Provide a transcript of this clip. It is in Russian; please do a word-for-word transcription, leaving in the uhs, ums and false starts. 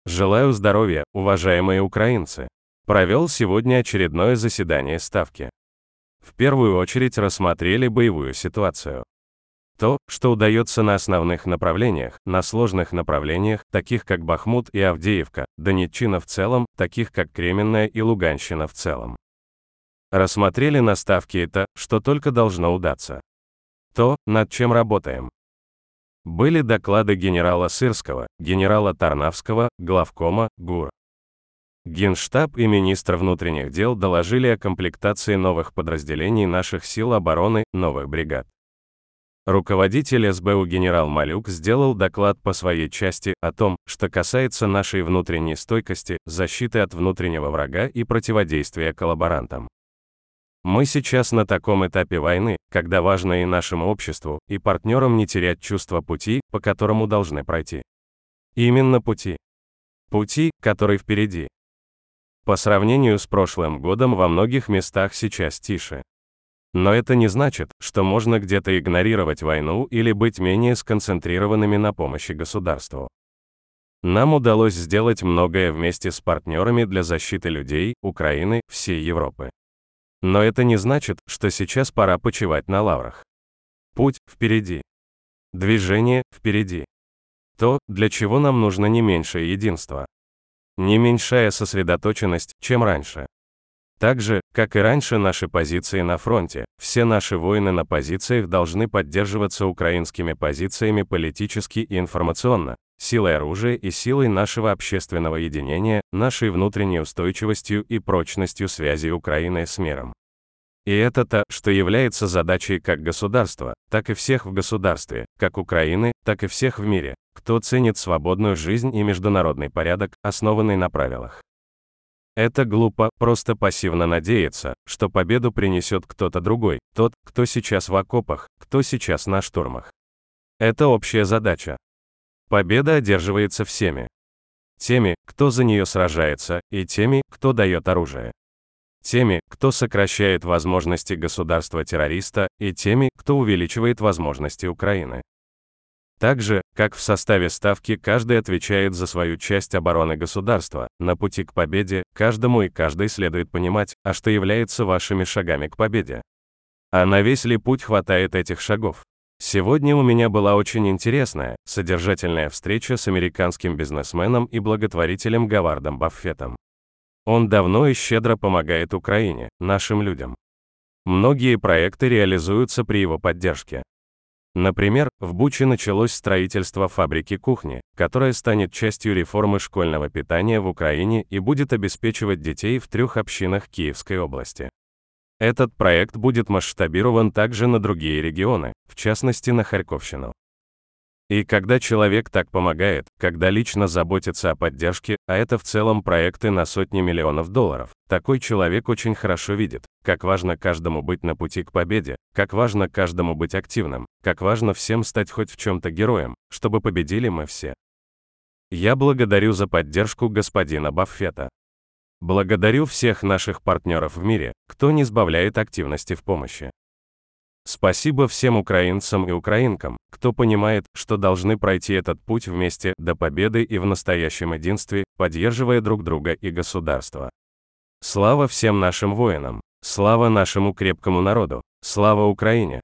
Желаю здоровья, уважаемые украинцы. Провел сегодня очередное заседание Ставки. В первую очередь рассмотрели боевую ситуацию. То, что удается на основных направлениях, на сложных направлениях, таких как Бахмут и Авдеевка, Донеччина в целом, таких как Кременная и Луганщина в целом. Рассмотрели на Ставке это, что только должно удаться. То, над чем работаем. Были доклады генерала Сырского, генерала Тарнавского, главкома, ГУР. Генштаб и министр внутренних дел доложили о комплектации новых подразделений наших сил обороны, новых бригад. Руководитель СБУ генерал Малюк сделал доклад по своей части о том, что касается нашей внутренней стойкости, защиты от внутреннего врага и противодействия коллаборантам. Мы сейчас на таком этапе войны, когда важно и нашему обществу, и партнерам не терять чувство пути, по которому должны пройти. Именно пути. Пути, который впереди. По сравнению с прошлым годом во многих местах сейчас тише. Но это не значит, что можно где-то игнорировать войну или быть менее сконцентрированными на помощи государству. Нам удалось сделать многое вместе с партнерами для защиты людей, Украины, всей Европы. Но это не значит, что сейчас пора почивать на лаврах. Путь впереди. Движение впереди. То, для чего нам нужно не меньшее единство. Не меньшая сосредоточенность, чем раньше. Так же, как и раньше наши позиции на фронте, все наши воины на позициях должны поддерживаться украинскими позициями политически и информационно, силой оружия и силой нашего общественного единения, нашей внутренней устойчивостью и прочностью связи Украины с миром. И это то, что является задачей как государства, так и всех в государстве, как Украины, так и всех в мире, кто ценит свободную жизнь и международный порядок, основанный на правилах. Это глупо, просто пассивно надеяться, что победу принесет кто-то другой, тот, кто сейчас в окопах, кто сейчас на штурмах. Это общая задача. Победа одерживается всеми. Теми, кто за нее сражается, и теми, кто дает оружие. Теми, кто сокращает возможности государства-террориста, и теми, кто увеличивает возможности Украины. Так же, как в составе Ставки каждый отвечает за свою часть обороны государства, на пути к победе, каждому и каждой следует понимать, а что является вашими шагами к победе. А на весь ли путь хватает этих шагов? Сегодня у меня была очень интересная, содержательная встреча с американским бизнесменом и благотворителем Говардом Баффетом. Он давно и щедро помогает Украине, нашим людям. Многие проекты реализуются при его поддержке. Например, в Буче началось строительство фабрики кухни, которая станет частью реформы школьного питания в Украине и будет обеспечивать детей в трех общинах Киевской области. Этот проект будет масштабирован также на другие регионы, в частности на Харьковщину. И когда человек так помогает, когда лично заботится о поддержке, а это в целом проекты на сотни миллионов долларов, такой человек очень хорошо видит, как важно каждому быть на пути к победе, как важно каждому быть активным, как важно всем стать хоть в чем-то героем, чтобы победили мы все. Я благодарю за поддержку господина Баффета. Благодарю всех наших партнеров в мире, кто не сбавляет активности в помощи. Спасибо всем украинцам и украинкам, кто понимает, что должны пройти этот путь вместе до победы и в настоящем единстве, поддерживая друг друга и государство. Слава всем нашим воинам! Слава нашему крепкому народу! Слава Украине!